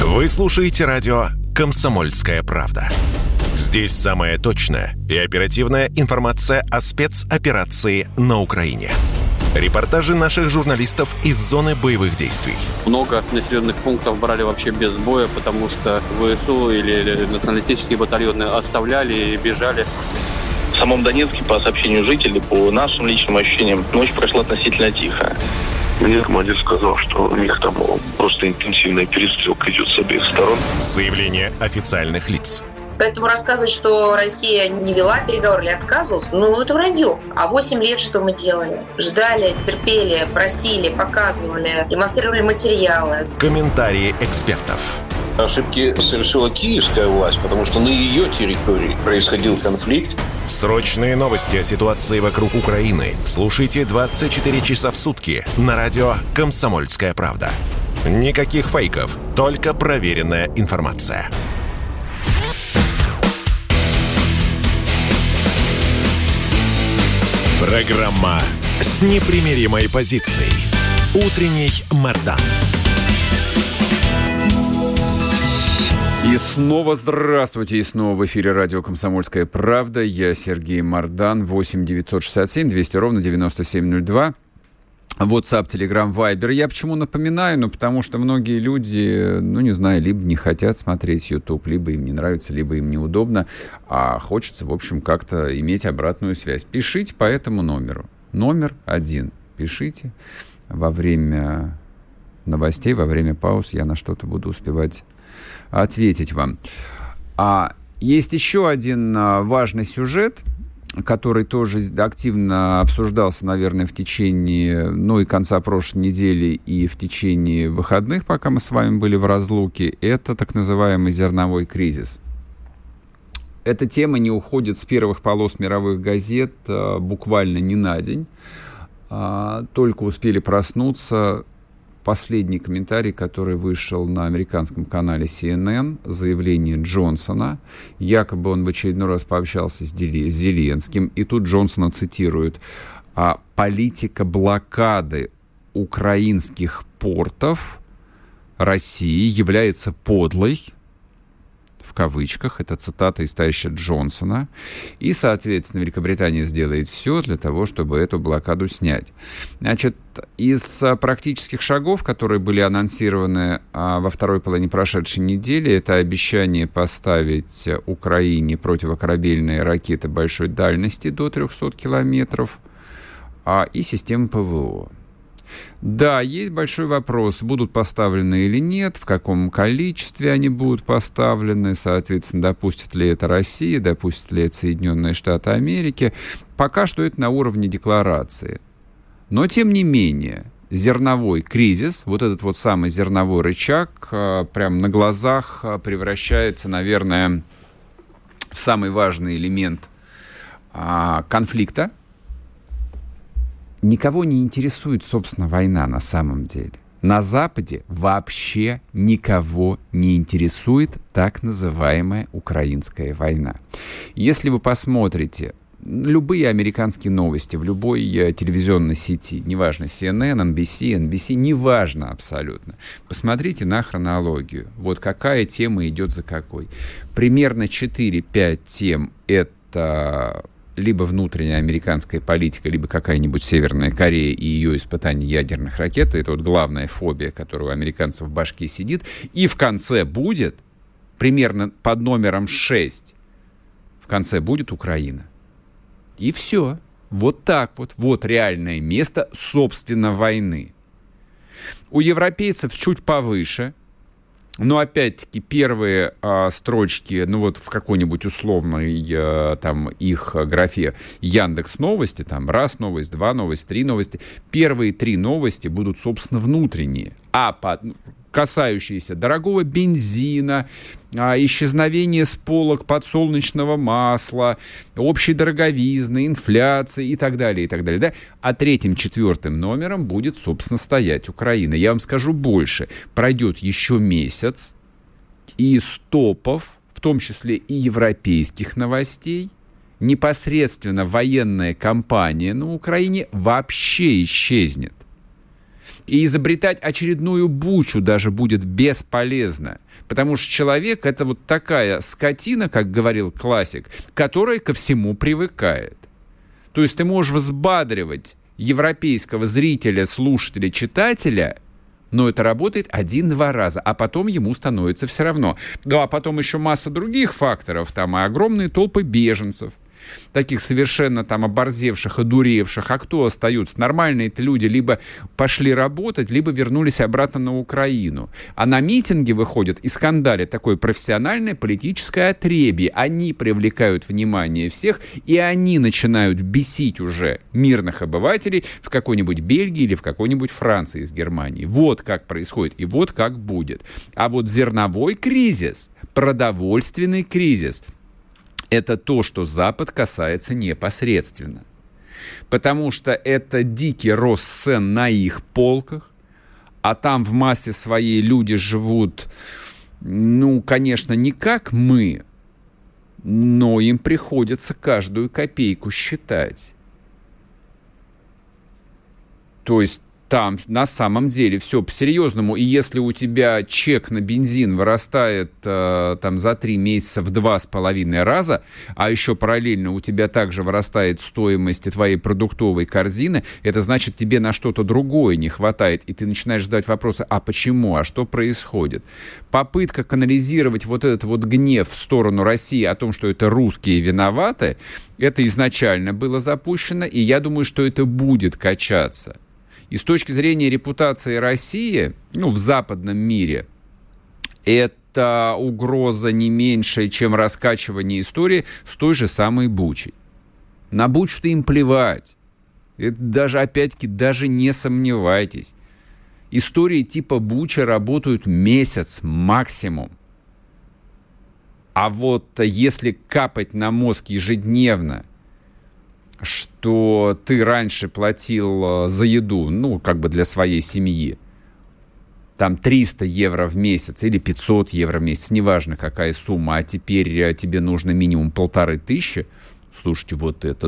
Вы слушаете радио «Комсомольская правда». Здесь самая точная и оперативная информация о спецоперации на Украине. Репортажи наших журналистов из зоны боевых действий. Много населенных пунктов брали вообще без боя, потому что ВСУ или националистические батальоны оставляли и бежали. В самом Донецке, по сообщению жителей, по нашим личным ощущениям, ночь прошла относительно тихо. Мне командир сказал, что у них там просто интенсивная перестрелка идет с обеих сторон. Заявление официальных лиц. Поэтому рассказывать, что Россия не вела переговоры или отказывалась, это вранье. А 8 лет что мы делали? Ждали, терпели, просили, показывали, демонстрировали материалы. Комментарии экспертов. Ошибки совершила киевская власть, потому что на ее территории происходил конфликт. Срочные новости о ситуации вокруг Украины слушайте 24 часа в сутки на радио «Комсомольская правда». Никаких фейков, только проверенная информация. Программа с непримиримой позицией. Утренний Мардан. И снова здравствуйте, и снова в эфире радио «Комсомольская правда». Я Сергей Мардан, 8 967 200 ровно 9702. WhatsApp, Telegram, Viber. Я почему напоминаю? Потому что многие люди, либо не хотят смотреть YouTube, либо им не нравится, либо им неудобно, а хочется, в общем, как-то иметь обратную связь. Пишите по этому номеру. Номер 1. Пишите. Во время новостей, во время пауз я на что-то буду успевать ответить вам. А есть еще один важный сюжет, который тоже активно обсуждался, наверное, в течение, и конца прошлой недели, и в течение выходных, пока мы с вами были в разлуке, это так называемый зерновой кризис. Эта тема не уходит с первых полос мировых газет буквально ни на день. Только успели проснуться. Последний комментарий, который вышел на американском канале CNN, заявление Джонсона. Якобы он в очередной раз пообщался с Зеленским. И тут Джонсона цитируют: «Политика блокады украинских портов России является подлой», в кавычках, это цитата из товарища Джонсона, и, соответственно, Великобритания сделает все для того, чтобы эту блокаду снять. Значит, из практических шагов, которые были анонсированы во второй половине прошедшей недели, это обещание поставить Украине противокорабельные ракеты большой дальности до 300 километров и системы ПВО. Да, есть большой вопрос, будут поставлены или нет, в каком количестве они будут поставлены, соответственно, допустит ли это Россия, допустит ли это Соединенные Штаты Америки. Пока что это на уровне декларации. Но, тем не менее, зерновой кризис, вот этот вот самый зерновой рычаг, прямо на глазах превращается, наверное, в самый важный элемент конфликта. Никого не интересует, собственно, война на самом деле. На Западе вообще никого не интересует так называемая украинская война. Если вы посмотрите любые американские новости в любой телевизионной сети, неважно, CNN, NBC, неважно абсолютно, посмотрите на хронологию. Вот какая тема идет за какой. Примерно 4-5 тем — это либо внутренняя американская политика, либо какая-нибудь Северная Корея и ее испытание ядерных ракет. Это вот главная фобия, которая у американцев в башке сидит. И в конце будет, примерно под номером 6, в конце будет Украина. И все. Вот так вот. Вот реальное место, собственно, войны. У европейцев чуть повыше. Но, опять-таки, первые строчки, в какой-нибудь условной там их графе Яндекс новости, там раз новость, 2 новость, 3 новости, первые 3 новости будут, собственно, внутренние, касающиеся дорогого бензина, исчезновения с полок подсолнечного масла, общей дороговизны, инфляции и так далее, и так далее. Да? А 3-4 номером будет, собственно, стоять Украина. Я вам скажу больше. Пройдет еще месяц, и из топов, в том числе и европейских новостей, непосредственно военная кампания на Украине вообще исчезнет. И изобретать очередную бучу даже будет бесполезно. Потому что человек — это вот такая скотина, как говорил классик, которая ко всему привыкает. То есть ты можешь взбадривать европейского зрителя, слушателя, читателя, но это работает 1-2 раза, а потом ему становится все равно. Ну, а потом еще масса других факторов, там и огромные толпы беженцев, таких совершенно там оборзевших, одуревших. А кто остаются? Нормальные-то люди либо пошли работать, либо вернулись обратно на Украину. А на митинги выходят и скандалят такое профессиональное политическое отребье. Они привлекают внимание всех, и они начинают бесить уже мирных обывателей в какой-нибудь Бельгии или в какой-нибудь Франции с Германией. Вот как происходит и вот как будет. А вот зерновой кризис, продовольственный кризис — это то, что Запад касается непосредственно. Потому что это дикий рост цен на их полках, а там в массе своей люди живут, ну, конечно, не как мы, но им приходится каждую копейку считать. То есть там на самом деле все по-серьезному. И если у тебя чек на бензин вырастает там за 3 месяца в 2,5 раза, а еще параллельно у тебя также вырастает стоимость твоей продуктовой корзины, это значит, тебе на что-то другое не хватает. И ты начинаешь задавать вопросы: а почему, а что происходит? Попытка канализировать вот этот вот гнев в сторону России о том, что это русские виноваты, это изначально было запущено, и я думаю, что это будет качаться. И с точки зрения репутации России, ну, в западном мире, это угроза не меньшая, чем раскачивание истории с той же самой Бучей. На Бучу-то им плевать. Это даже, опять-таки, даже не сомневайтесь. Истории типа Буча работают месяц максимум. А вот если капать на мозг ежедневно, что ты раньше платил за еду, ну, как бы для своей семьи, там 300 евро в месяц или 500 евро в месяц, неважно какая сумма, а теперь тебе нужно минимум 1500, слушайте, вот это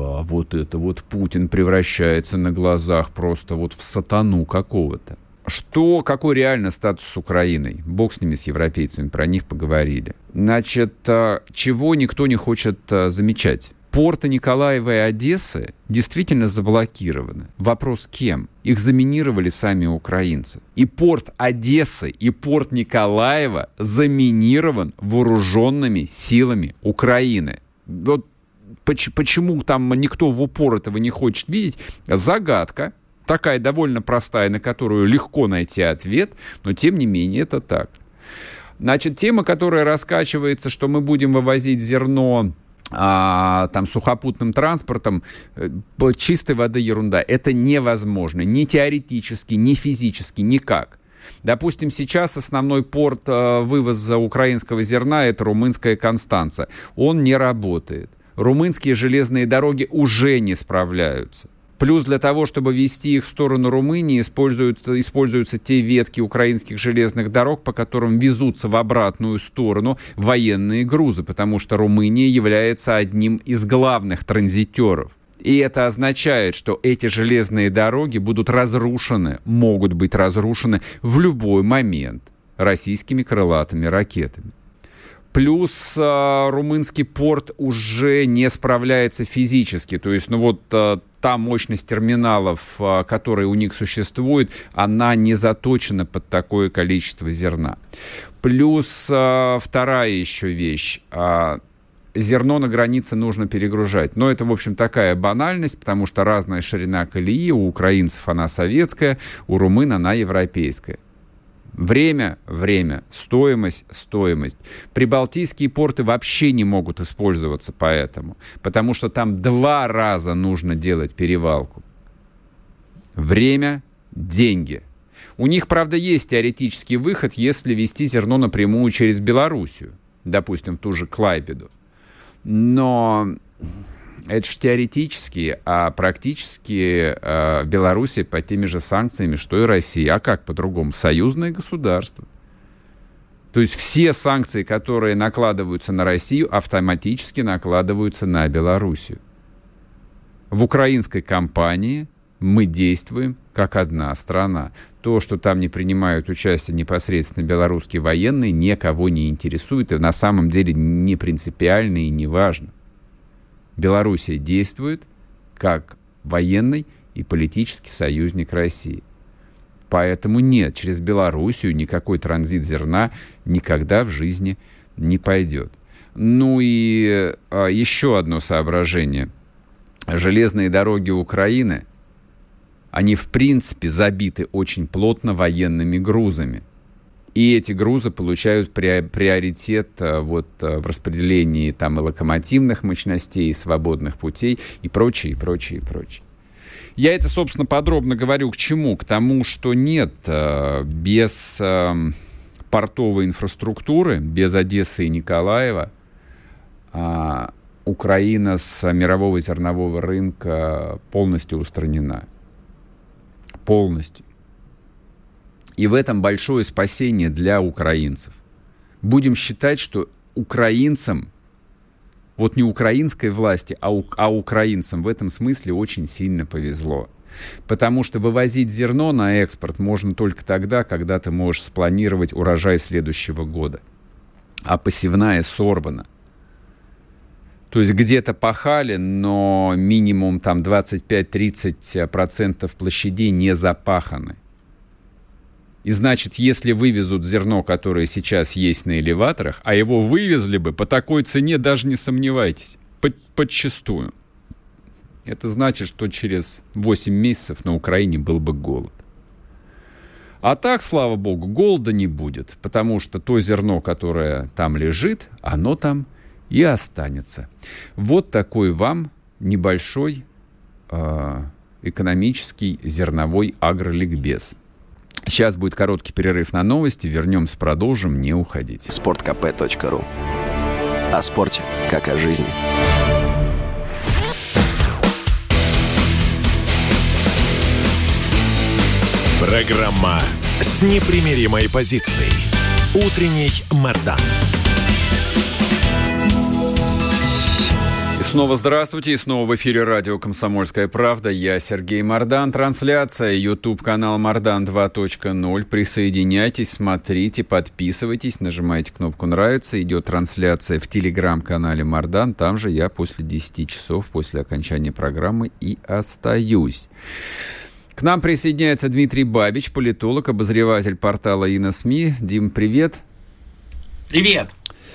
вот Путин превращается на глазах просто вот в сатану какого-то. Какой реально статус с Украиной? Бог с ними, с европейцами, про них поговорили. Значит, чего никто не хочет замечать? Порты Николаева и Одессы действительно заблокированы. Вопрос кем? Их заминировали сами украинцы. И порт Одессы, и порт Николаева заминирован вооруженными силами Украины. Вот почему там никто в упор этого не хочет видеть? Загадка. Такая довольно простая, на которую легко найти ответ, но тем не менее это так. Значит, тема, которая раскачивается, что мы будем вывозить зерно там сухопутным транспортом, чистой воды ерунда. Это невозможно. Ни теоретически, ни физически, никак. Допустим, сейчас основной порт вывоза украинского зерна — это румынская Констанца. Он не работает. Румынские железные дороги уже не справляются. Плюс для того, чтобы вести их в сторону Румынии, используются те ветки украинских железных дорог, по которым везутся в обратную сторону военные грузы, потому что Румыния является одним из главных транзитеров. И это означает, что эти железные дороги будут разрушены, могут быть разрушены в любой момент российскими крылатыми ракетами. Плюс румынский порт уже не справляется физически. То есть, та мощность терминалов, которая у них существует, она не заточена под такое количество зерна. Плюс вторая еще вещь. Зерно на границе нужно перегружать. Но это, в общем, такая банальность, потому что разная ширина колеи. У украинцев она советская, у румын она европейская. Время, стоимость. Прибалтийские порты вообще не могут использоваться поэтому, потому что там 2 раза нужно делать перевалку. Время, деньги. У них, правда, есть теоретический выход, если везти зерно напрямую через Белоруссию, допустим, в ту же Клайпеду. Но это же теоретически, а практически Белоруссия под теми же санкциями, что и Россия. А как по-другому? Союзное государство. То есть все санкции, которые накладываются на Россию, автоматически накладываются на Белоруссию. В украинской компании мы действуем как одна страна. То, что там не принимают участие непосредственно белорусские военные, никого не интересует и на самом деле не принципиально и не важно. Белоруссия действует как военный и политический союзник России. Поэтому нет, через Белоруссию никакой транзит зерна никогда в жизни не пойдет. Ну и еще одно соображение. Железные дороги Украины, они в принципе забиты очень плотно военными грузами. И эти грузы получают приоритет в распределении там и локомотивных мощностей, и свободных путей, и прочее, и прочее, и прочее. Я это, собственно, подробно говорю к чему? К тому, что нет, без портовой инфраструктуры, без Одессы и Николаева, Украина с мирового зернового рынка полностью устранена. Полностью. И в этом большое спасение для украинцев. Будем считать, что украинцам, вот не украинской власти, а украинцам в этом смысле очень сильно повезло. Потому что вывозить зерно на экспорт можно только тогда, когда ты можешь спланировать урожай следующего года. А посевная сорвана. То есть где-то пахали, но минимум там 25-30% площадей не запаханы. И значит, если вывезут зерно, которое сейчас есть на элеваторах, а его вывезли бы по такой цене, даже не сомневайтесь, подчистую. Это значит, что через 8 месяцев на Украине был бы голод. А так, слава богу, голода не будет, потому что то зерно, которое там лежит, оно там и останется. Вот такой вам небольшой экономический зерновой агроликбез. Сейчас будет короткий перерыв на новости. Вернемся, продолжим. Не уходите. sportkp.ru. О спорте, как о жизни. Программа с непримиримой позицией. Утренний Мардан. Снова здравствуйте, и снова в эфире радио «Комсомольская правда». Я Сергей Мардан. Трансляция, YouTube-канал Мардан 2.0. Присоединяйтесь, смотрите, подписывайтесь, нажимайте кнопку «Нравится». Идет трансляция в Telegram-канале Мардан. Там же я после 10 часов, после окончания программы и остаюсь. К нам присоединяется Дмитрий Бабич, политолог, обозреватель портала «Иносми». Дим, привет. Привет.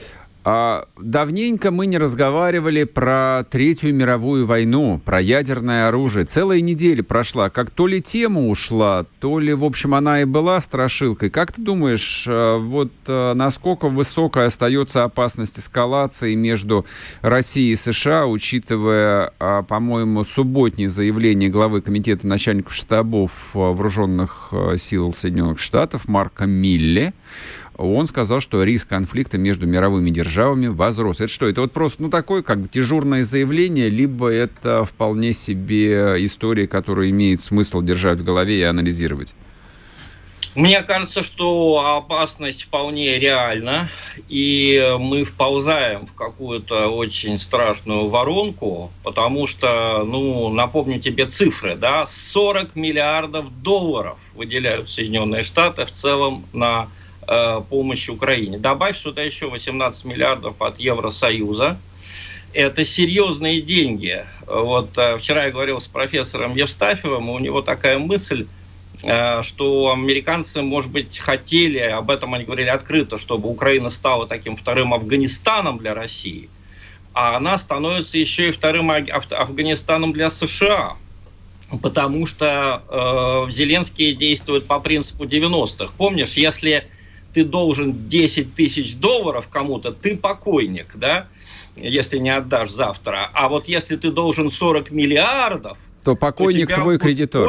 Давненько мы не разговаривали про Третью мировую войну, про ядерное оружие. Целая неделя прошла, как то ли тема ушла, то ли, в общем, она и была страшилкой. Как ты думаешь, насколько высокой остается опасность эскалации между Россией и США, учитывая, по-моему, субботнее заявление главы комитета начальников штабов вооруженных сил Соединенных Штатов Марка Милле? Он сказал, что риск конфликта между мировыми державами возрос. Это что? Это вот просто такое как бы дежурное заявление, либо это вполне себе история, которую имеет смысл держать в голове и анализировать? Мне кажется, что опасность вполне реальна, и мы вползаем в какую-то очень страшную воронку, потому что, напомню тебе цифры, да, 40 миллиардов долларов выделяют Соединенные Штаты в целом на помощи Украине. Добавь сюда еще 18 миллиардов от Евросоюза. Это серьезные деньги. Вот вчера я говорил с профессором Евстафьевым, у него такая мысль, что американцы, может быть, хотели, об этом они говорили открыто, чтобы Украина стала таким вторым Афганистаном для России, а она становится еще и вторым Афганистаном для США. Потому что Зеленский действует по принципу 90-х. Помнишь, если ты должен 10 тысяч долларов кому-то, ты покойник, да, если не отдашь завтра. А вот если ты должен 40 миллиардов, то покойник твой кредитор.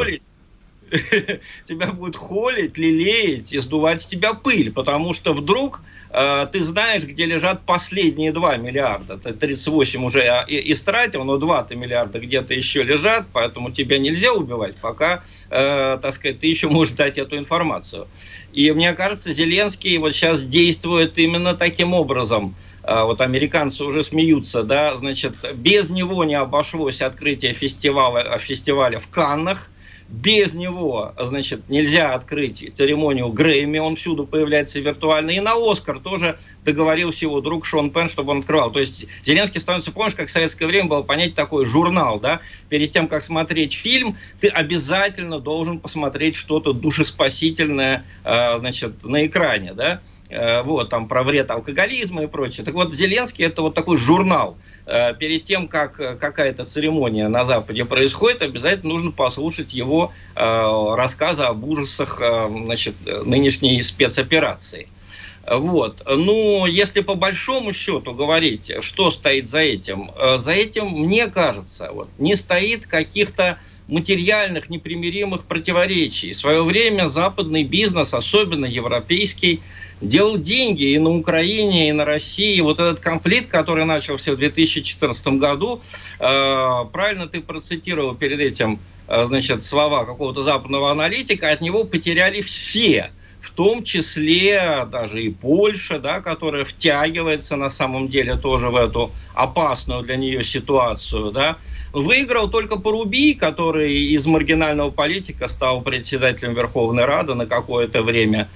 Тебя будет холить, лелеять и сдувать с тебя пыль, потому что вдруг ты знаешь, где лежат последние 2 миллиарда. Ты 38 уже истратил, но 2 миллиарда где-то еще лежат, поэтому тебя нельзя убивать, пока, так сказать, ты еще можешь дать эту информацию. И мне кажется, Зеленский вот сейчас действует именно таким образом. Вот американцы уже смеются, да, значит, без него не обошлось открытие фестиваля в Каннах. Без него, значит, нельзя открыть церемонию Грэмми, он всюду появляется виртуально. И на «Оскар» тоже договорился его друг Шон Пенн, чтобы он открывал. То есть Зеленский становится, помнишь, как в советское время было понять такой журнал, да? Перед тем, как смотреть фильм, ты обязательно должен посмотреть что-то душеспасительное, значит, на экране, да? Вот, там про вред алкоголизма и прочее. Так вот, Зеленский — это вот такой журнал. Перед тем, как какая-то церемония на Западе происходит, обязательно нужно послушать его рассказы об ужасах, значит, нынешней спецоперации. Вот. Ну, если по большому счету говорить, что стоит за этим, мне кажется, вот, не стоит каких-то материальных непримиримых противоречий. В свое время западный бизнес, особенно европейский, делал деньги и на Украине, и на России. Вот этот конфликт, который начался в 2014 году, правильно ты процитировал перед этим, значит, слова какого-то западного аналитика, от него потеряли все, в том числе даже и Польша, да, которая втягивается на самом деле тоже в эту опасную для нее ситуацию, да. Выиграл только Порубий, который из маргинального политика стал председателем Верховной Рады на какое-то время.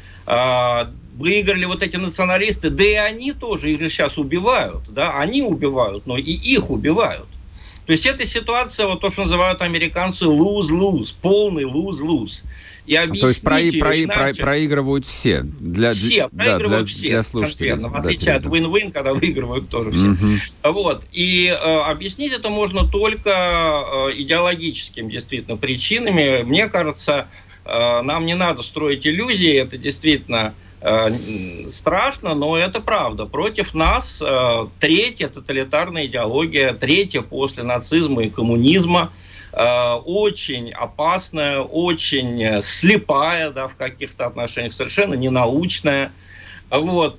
Выиграли вот эти националисты, да и они тоже, их же сейчас убивают, да, они убивают, но и их убивают. То есть эта ситуация, вот то, что называют американцы lose-lose, полный lose-lose. И то есть проигрывают все. Все проигрывают для слушателей. В отличие от win-win, когда выигрывают тоже все. Вот. И объяснить это можно только идеологическими действительно причинами. Мне кажется, нам не надо строить иллюзии, это действительно страшно, но это правда. Против нас третья тоталитарная идеология, третья после нацизма и коммунизма, очень опасная, очень слепая, да, в каких-то отношениях, совершенно ненаучная. Вот,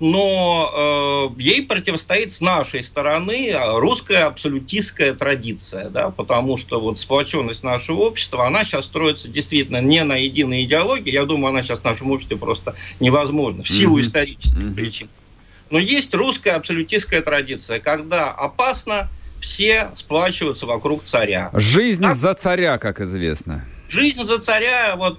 но ей противостоит с нашей стороны русская абсолютистская традиция, да, потому что вот сплоченность нашего общества, она сейчас строится действительно не на единой идеологии. Я думаю, она сейчас в нашем обществе просто невозможна в силу исторических причин. Но есть русская абсолютистская традиция, когда опасно, все сплачиваются вокруг царя. Жизнь за царя, как известно. Жизнь за царя, вот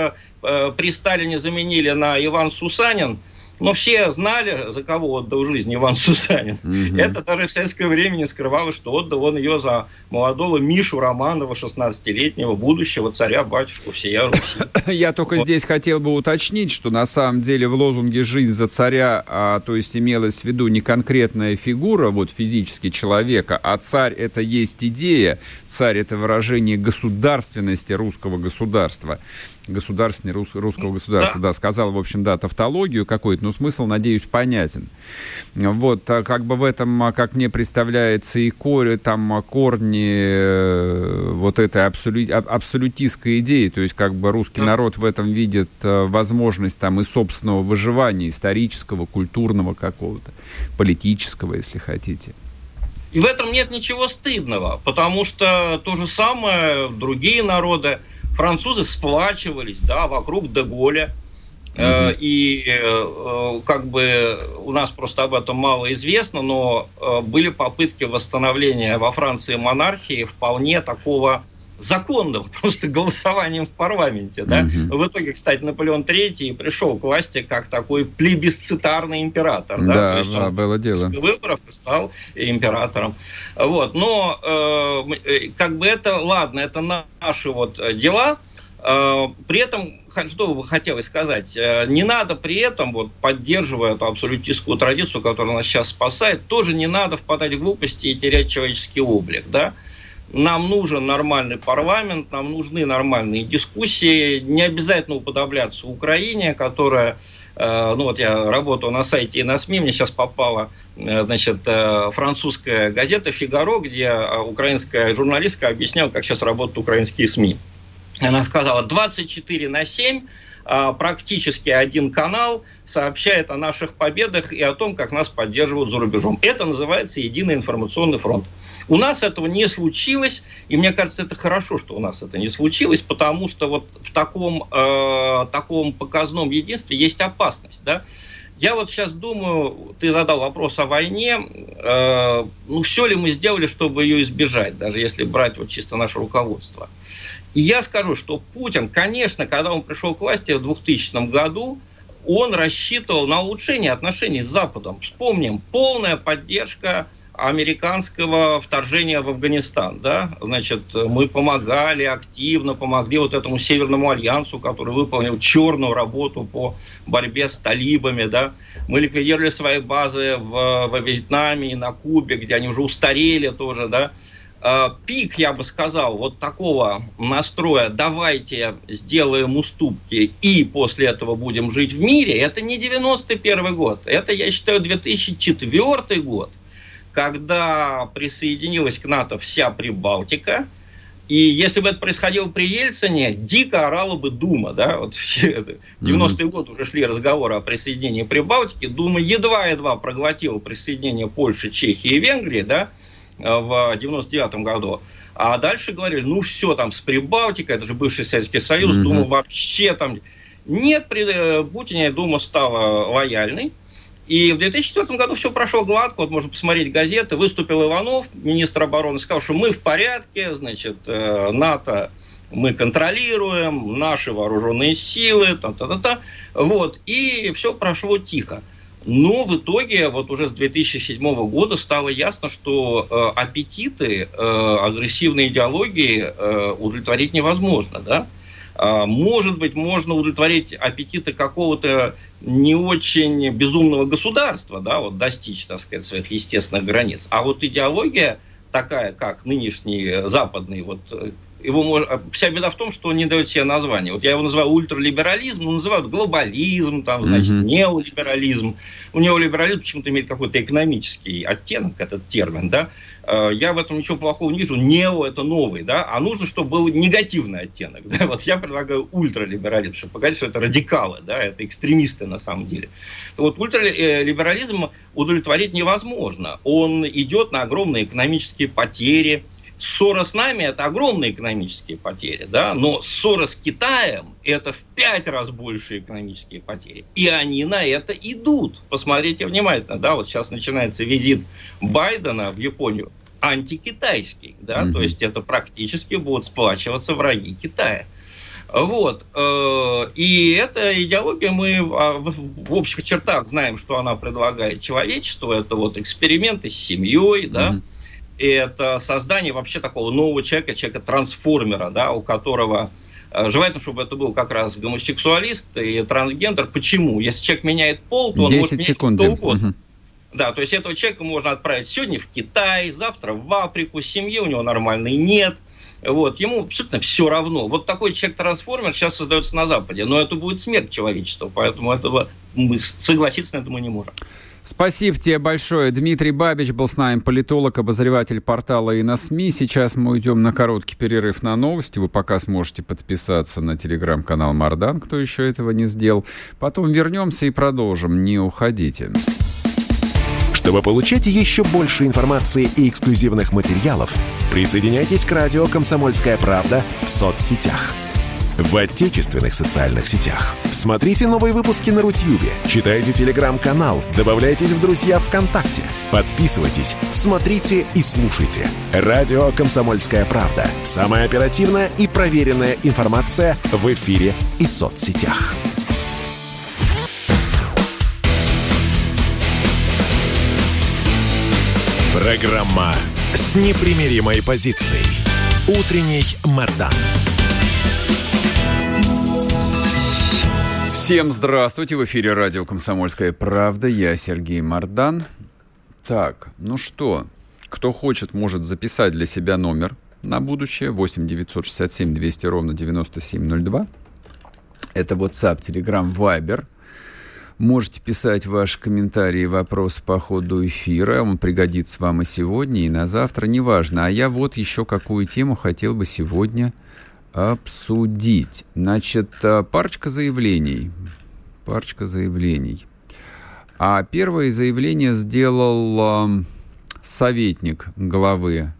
при Сталине заменили на Иван Сусанин. Но все знали, за кого отдал жизнь Иван Сусанин. Это даже в советское время не скрывалось, что отдал он ее за молодого Мишу Романова, 16-летнего, будущего царя-батюшку всея Руси. Я только здесь хотел бы уточнить, что на самом деле в лозунге «Жизнь за царя», то есть имелась в виду не конкретная фигура, вот физически человека, а царь — это есть идея, царь — это выражение государственности русского государства. Государственный русского государства, да, сказал, в общем, да, тавтологию какую-то, но смысл, надеюсь, понятен. Вот, как бы в этом, как мне представляется, и корни вот этой абсолютистской идеи, то есть как бы русский народ в этом видит возможность там и собственного выживания, исторического, культурного какого-то, политического, если хотите. И в этом нет ничего стыдного, потому что то же самое другие народы. Французы сплачивались, да, вокруг де Голля. И как бы у нас просто об этом мало известно, но были попытки восстановления во Франции монархии вполне такого законного, просто голосованием в парламенте. Да? В итоге, кстати, Наполеон III пришел к власти как такой плебисцитарный император. Да, то есть он было дело. После выборов стал императором. Вот. Но как бы это, ладно, это наши вот дела. При этом, что бы хотелось сказать, не надо при этом, вот, поддерживая эту абсолютистскую традицию, которая нас сейчас спасает, тоже не надо впадать в глупости и терять человеческий облик, да? Нам нужен нормальный парламент, нам нужны нормальные дискуссии, не обязательно уподобляться Украине, которая, ну вот я работаю на сайте и на СМИ, мне сейчас попала, значит, французская газета «Фигаро», где украинская журналистка объясняла, как сейчас работают украинские СМИ. Она сказала, 24/7 практически один канал сообщает о наших победах и о том, как нас поддерживают за рубежом. Это называется единый информационный фронт. У нас этого не случилось, и мне кажется, это хорошо, что у нас это не случилось, потому что вот в таком показном единстве есть опасность, да? Я вот сейчас думаю, ты задал вопрос о войне, ну все ли мы сделали, чтобы ее избежать, даже если брать вот чисто наше руководство. И я скажу, что Путин, конечно, когда он пришел к власти в 2000 году, он рассчитывал на улучшение отношений с Западом. Вспомним, полная поддержка американского вторжения в Афганистан, да, значит, мы помогали, активно помогли вот этому Северному альянсу, который выполнил черную работу по борьбе с талибами, да, мы ликвидировали свои базы во Вьетнаме и на Кубе, где они уже устарели тоже, да. Пик, я бы сказал, вот такого настроя «давайте сделаем уступки и после этого будем жить в мире», это не 91 год, это, я считаю, 2004 год, когда присоединилась к НАТО вся Прибалтика, и если бы это происходило при Ельцине, дико орала бы Дума, да, вот в 90-е годы уже шли разговоры о присоединении Прибалтики, Дума едва-едва проглотила присоединение Польши, Чехии и Венгрии, да, в 99-м году. А дальше говорили, ну все, там с Прибалтикой, это же бывший Советский Союз, Дума вообще там... Нет, при Путине Дума стала лояльной. И в 2004 году все прошло гладко, вот можно посмотреть газеты, выступил Иванов, министр обороны, сказал, что мы в порядке, значит, НАТО мы контролируем, наши вооруженные силы, вот, и все прошло тихо. Но в итоге, вот уже с 2007 года стало ясно, что аппетиты агрессивной идеологии удовлетворить невозможно, да? Может быть, можно удовлетворить аппетиты какого-то не очень безумного государства, да, вот достичь, так сказать, своих естественных границ. А вот идеология такая, как нынешний западный, вот вся беда в том, что он не дает себе название. Вот я его называю ультралиберализм, но называют глобализм, там, значит, неолиберализм. У неолиберализм почему-то имеет какой-то экономический оттенок, этот термин, да. Я в этом ничего плохого не вижу. Нео – это новый, да, а нужно, чтобы был негативный оттенок. Да? Вот я предлагаю ультралиберализм, чтобы показать, что это радикалы, да, это экстремисты на самом деле. Вот ультралиберализм удовлетворить невозможно. Он идет на огромные экономические потери. Ссора с нами – это огромные экономические потери, да, но ссора с Китаем – это в 5 раз больше экономические потери. И они на это идут. Посмотрите внимательно, да, вот сейчас начинается визит Байдена в Японию, антикитайский, да, то есть это практически будут сплачиваться враги Китая. Вот. И эта идеология, мы в общих чертах знаем, что она предлагает человечеству. Это вот эксперименты с семьей, да, это создание вообще такого нового человека-трансформера, да, у которого желательно, чтобы это был как раз гомосексуалист и трансгендер. Почему? Если человек меняет пол, то он может менять что угодно. Да, то есть этого человека можно отправить сегодня в Китай, завтра в Африку, семьи у него нормальной нет. Вот, ему абсолютно все равно. Вот такой человек-трансформер сейчас создается на Западе, но это будет смерть человечества, поэтому этого мы согласиться на это мы не можем. Спасибо тебе большое. Дмитрий Бабич был с нами, политолог, обозреватель портала «И на СМИ». Сейчас мы уйдем на короткий перерыв на новости. Вы пока сможете подписаться на телеграм-канал Мардан, кто еще этого не сделал. Потом вернемся и продолжим. Не уходите. Чтобы получать еще больше информации и эксклюзивных материалов, присоединяйтесь к радио «Комсомольская правда» в соцсетях. В отечественных социальных сетях. Смотрите новые выпуски на Рутьюбе, читайте телеграм-канал, добавляйтесь в друзья ВКонтакте, подписывайтесь, смотрите и слушайте. Радио «Комсомольская правда». Самая оперативная и проверенная информация в эфире и соцсетях. Программа с непримиримой позицией. Утренний Мардан. Всем здравствуйте, в эфире радио «Комсомольская правда», я Сергей Мардан. Так, ну что, кто хочет, может записать для себя номер на будущее, 8 967 200 ровно 9702. Это WhatsApp, Telegram, Viber. Можете писать ваши комментарии и вопросы по ходу эфира, он пригодится вам и сегодня, и на завтра, неважно. А я вот еще какую тему хотел бы сегодня обсудить. Значит, парочка заявлений. А первое заявление сделал советник главы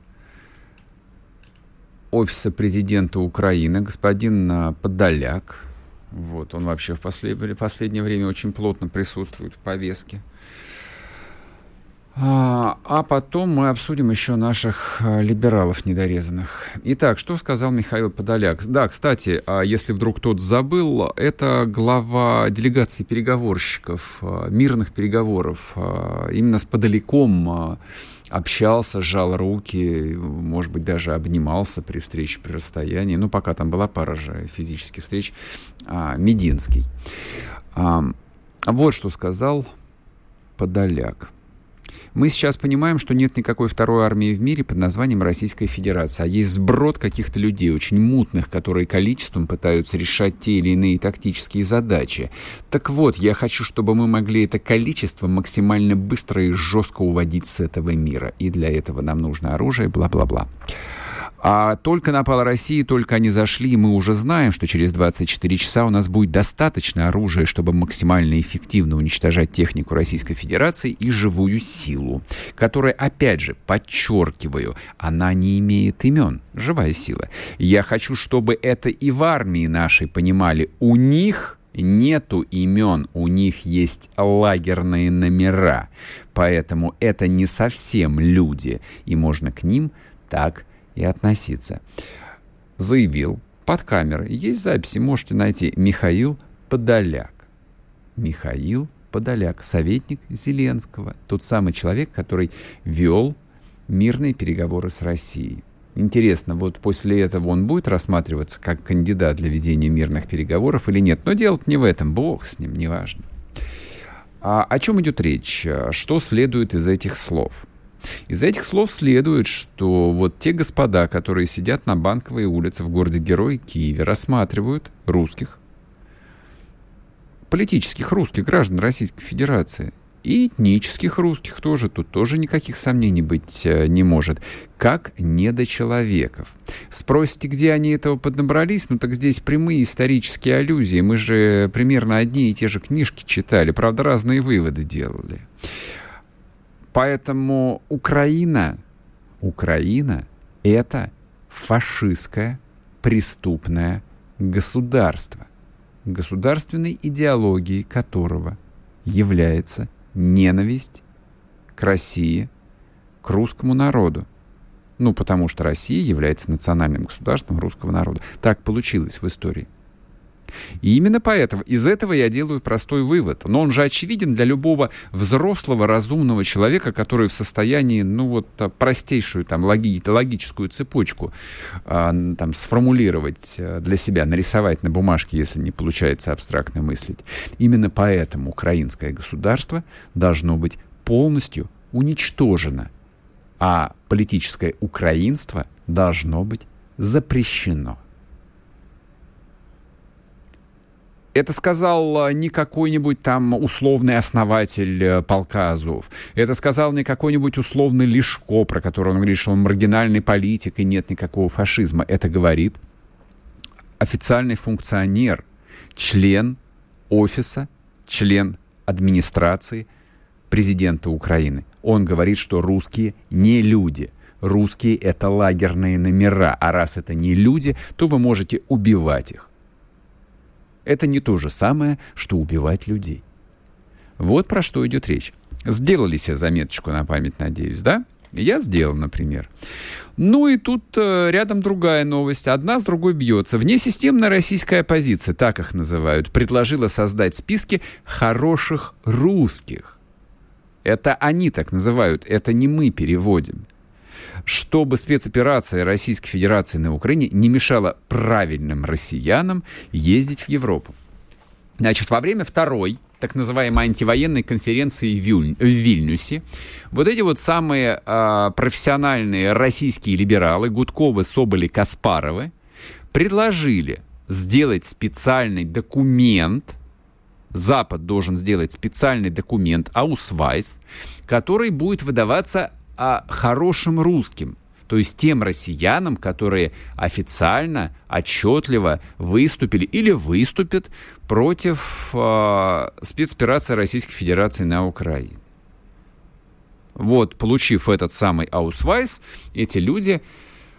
Офиса президента Украины, господин Подоляк. Вот, он вообще в последнее время очень плотно присутствует в повестке. А потом мы обсудим еще наших либералов недорезанных. Итак, что сказал Михаил Подоляк? Да, кстати, если вдруг кто-то забыл, это глава делегации переговорщиков, мирных переговоров. Именно с Подоляком общался, сжал руки, может быть, даже обнимался при встрече, при расстоянии. Ну, пока там была пара же физических встреч. Мединский. Вот что сказал Подоляк. Мы сейчас понимаем, что нет никакой второй армии в мире под названием Российская Федерация, а есть сброд каких-то людей, очень мутных, которые количеством пытаются решать те или иные тактические задачи. Так вот, я хочу, чтобы мы могли это количество максимально быстро и жестко уводить с этого мира. И для этого нам нужно оружие, бла-бла-бла. А только напала Россия, только они зашли, и мы уже знаем, что через 24 часа у нас будет достаточно оружия, чтобы максимально эффективно уничтожать технику Российской Федерации и живую силу, которая, опять же, подчеркиваю, она не имеет имен, живая сила. Я хочу, чтобы это и в армии нашей понимали. У них нету имен, у них есть лагерные номера, поэтому это не совсем люди, и можно к ним так и относиться. Заявил под камерой. Есть записи, можете найти. Михаил Подоляк. Михаил Подоляк, советник Зеленского. Тот самый человек, который вел мирные переговоры с Россией. Интересно, вот после этого он будет рассматриваться как кандидат для ведения мирных переговоров или нет? Но дело не в этом. Бог с ним, неважно. О чем идет речь? Что следует из этих слов? Из этих слов следует, что вот те господа, которые сидят на Банковой улице в городе-герое Киеве, рассматривают русских, политических русских граждан Российской Федерации и этнических русских тоже, тут тоже никаких сомнений быть не может, как недочеловеков. Спросите, где они этого поднабрались? Ну так здесь прямые исторические аллюзии. Мы же примерно одни и те же книжки читали, правда, разные выводы делали. Поэтому Украина – это фашистское преступное государство, государственной идеологией которого является ненависть к России, к русскому народу. Ну, потому что Россия является национальным государством русского народа. Так получилось в истории. И именно поэтому из этого я делаю простой вывод. Но он же очевиден для любого взрослого, разумного человека, который в состоянии, простейшую логическую цепочку сформулировать для себя, нарисовать на бумажке, если не получается абстрактно мыслить. Именно поэтому украинское государство должно быть полностью уничтожено, а политическое украинство должно быть запрещено. Это сказал не какой-нибудь там условный основатель полка Азов. Это сказал не какой-нибудь условный Лешко, про которого он говорит, что он маргинальный политик и нет никакого фашизма. Это говорит официальный функционер, член офиса, член администрации президента Украины. Он говорит, что русские не люди. Русские — это лагерные номера. А раз это не люди, то вы можете убивать их. Это не то же самое, что убивать людей. Вот про что идет речь. Сделали себе заметочку на память, надеюсь, да? Я сделал, например. Ну и тут рядом другая новость. Одна с другой бьется. Внесистемная российская оппозиция, так их называют, предложила создать списки хороших русских. Это они так называют, это не мы переводим. Чтобы спецоперация Российской Федерации на Украине не мешала правильным россиянам ездить в Европу. Значит, во время второй, так называемой антивоенной конференции в Вильнюсе, вот эти вот самые профессиональные российские либералы Гудковы, Соболи, Каспаровы предложили сделать специальный документ, Запад должен сделать специальный документ, аусвайс, который будет выдаваться хорошим русским, то есть тем россиянам, которые официально, отчетливо выступили или выступят против спецоперации Российской Федерации на Украине. Вот, получив этот самый аусвайс, эти люди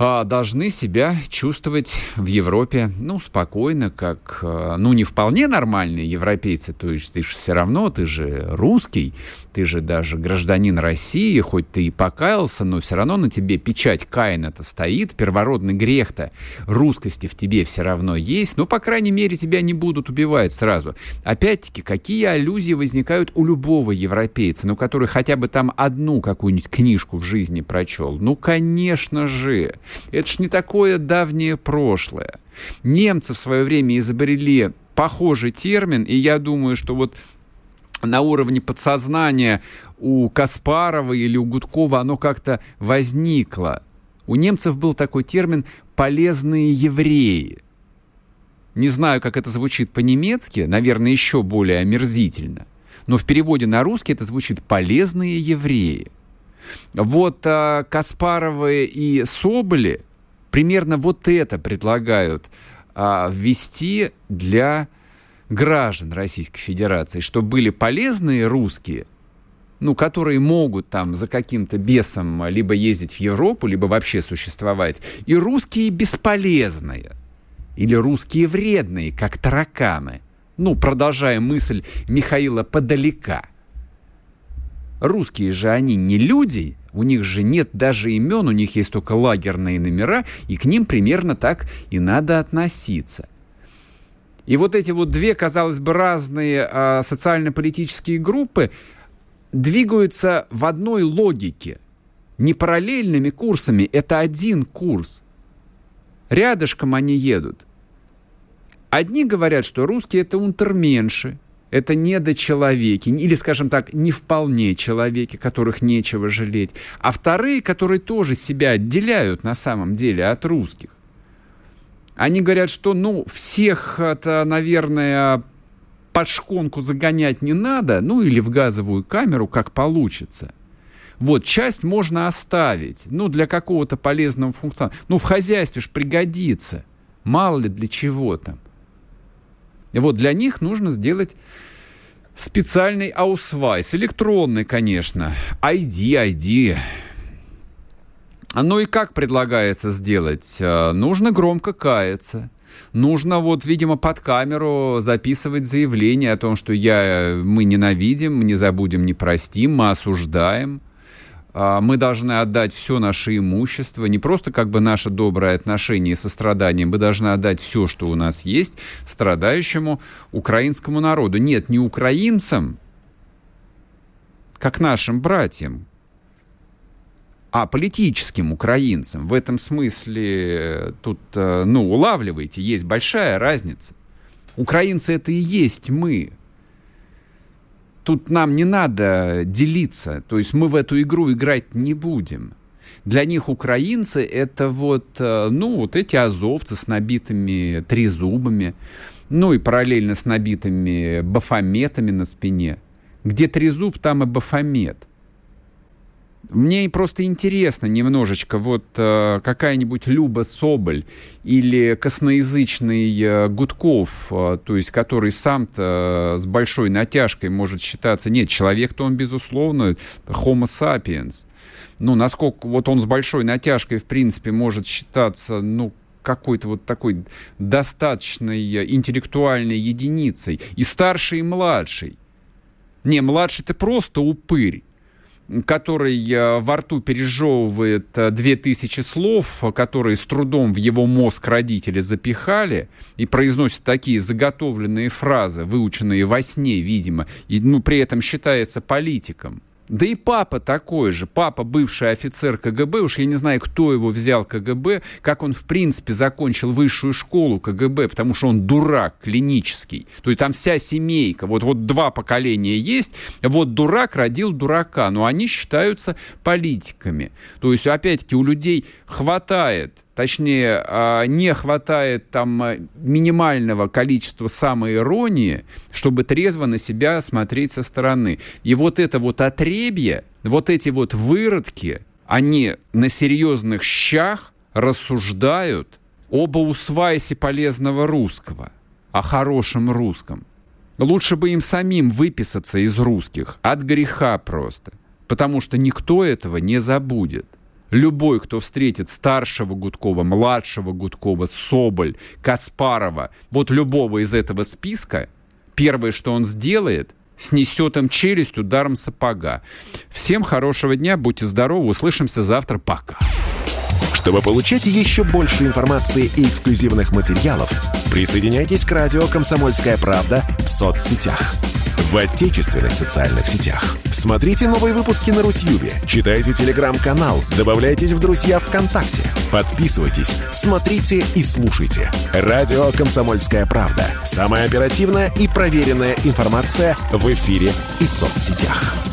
должны себя чувствовать в Европе, спокойно, как, не вполне нормальные европейцы. То есть ты же все равно, ты же русский, ты же даже гражданин России, хоть ты и покаялся, но все равно на тебе печать Каина-то стоит, первородный грех-то русскости в тебе все равно есть, по крайней мере, тебя не будут убивать сразу. Опять-таки, какие аллюзии возникают у любого европейца, который хотя бы там одну какую-нибудь книжку в жизни прочел? Конечно же. Это ж не такое давнее прошлое. Немцы в свое время изобрели похожий термин, и я думаю, что вот на уровне подсознания у Каспарова или у Гудкова оно как-то возникло. У немцев был такой термин «полезные евреи». Не знаю, как это звучит по-немецки, наверное, еще более омерзительно, но в переводе на русский это звучит «полезные евреи». Вот Каспаровы и Соболи примерно вот это предлагают ввести для граждан Российской Федерации, что были полезные русские, которые могут там за каким-то бесом либо ездить в Европу, либо вообще существовать, и русские бесполезные, или русские вредные, как тараканы. Продолжая мысль Михаила Подоляка. Русские же они не люди, у них же нет даже имен, у них есть только лагерные номера, и к ним примерно так и надо относиться. И вот эти вот две, казалось бы, разные социально-политические группы двигаются в одной логике. Не параллельными курсами, это один курс. Рядышком они едут. Одни говорят, что русские — это унтерменши, это недочеловеки, или, скажем так, не вполне человеки, которых нечего жалеть. А вторые, которые тоже себя отделяют на самом деле от русских, они говорят, что, всех это, наверное, под шконку загонять не надо, или в газовую камеру, как получится. Вот, часть можно оставить, для какого-то полезного функционала. В хозяйстве ж пригодится, мало ли для чего там. И вот для них нужно сделать специальный аусвайс, электронный, конечно, ID. И как предлагается сделать? Нужно громко каяться. Нужно, видимо, под камеру записывать заявление о том, что мы ненавидим, мы не забудем, не простим, мы осуждаем. Мы должны отдать все наше имущество, не просто наше доброе отношение и сострадание, мы должны отдать все, что у нас есть, страдающему украинскому народу. Нет, не украинцам, как нашим братьям, а политическим украинцам. В этом смысле тут, улавливайте, есть большая разница. Украинцы — это и есть мы. Тут нам не надо делиться, то есть мы в эту игру играть не будем. Для них украинцы — это эти азовцы с набитыми трезубами, и параллельно с набитыми бафометами на спине. Где трезуб, там и бафомет. Мне просто интересно немножечко, какая-нибудь Люба Соболь или косноязычный Гудков, то есть который сам-то с большой натяжкой может считаться... Нет, человек-то он, безусловно, homo sapiens. Насколько он с большой натяжкой, в принципе, может считаться, какой-то такой достаточной интеллектуальной единицей. И старший, и младший. Не, младший-то просто упырь, который во рту пережевывает 2000 слов, которые с трудом в его мозг родители запихали, и произносит такие заготовленные фразы, выученные во сне, видимо, и при этом считается политиком. Да и папа такой же. Папа бывший офицер КГБ, уж я не знаю, кто его взял КГБ, как он в принципе закончил высшую школу КГБ, потому что он дурак клинический. То есть там вся семейка, вот два поколения есть, дурак родил дурака, но они считаются политиками. То есть опять-таки у людей хватает, точнее, не хватает там минимального количества самоиронии, чтобы трезво на себя смотреть со стороны. И это отребье, эти выродки, они на серьезных щах рассуждают об аусвайсе полезного русского, о хорошем русском. Лучше бы им самим выписаться из русских, от греха просто, потому что никто этого не забудет. любой, кто встретит старшего Гудкова, младшего Гудкова, Соболь, Каспарова, вот любого из этого списка, первое, что он сделает, снесет им челюсть ударом сапога. Всем хорошего дня, будьте здоровы, услышимся завтра, пока. Чтобы получать еще больше информации и эксклюзивных материалов, присоединяйтесь к радио «Комсомольская правда» в соцсетях. В отечественных социальных сетях. Смотрите новые выпуски на Рутьюбе, читайте телеграм-канал, добавляйтесь в друзья ВКонтакте, подписывайтесь, смотрите и слушайте. Радио «Комсомольская правда». Самая оперативная и проверенная информация в эфире и соцсетях.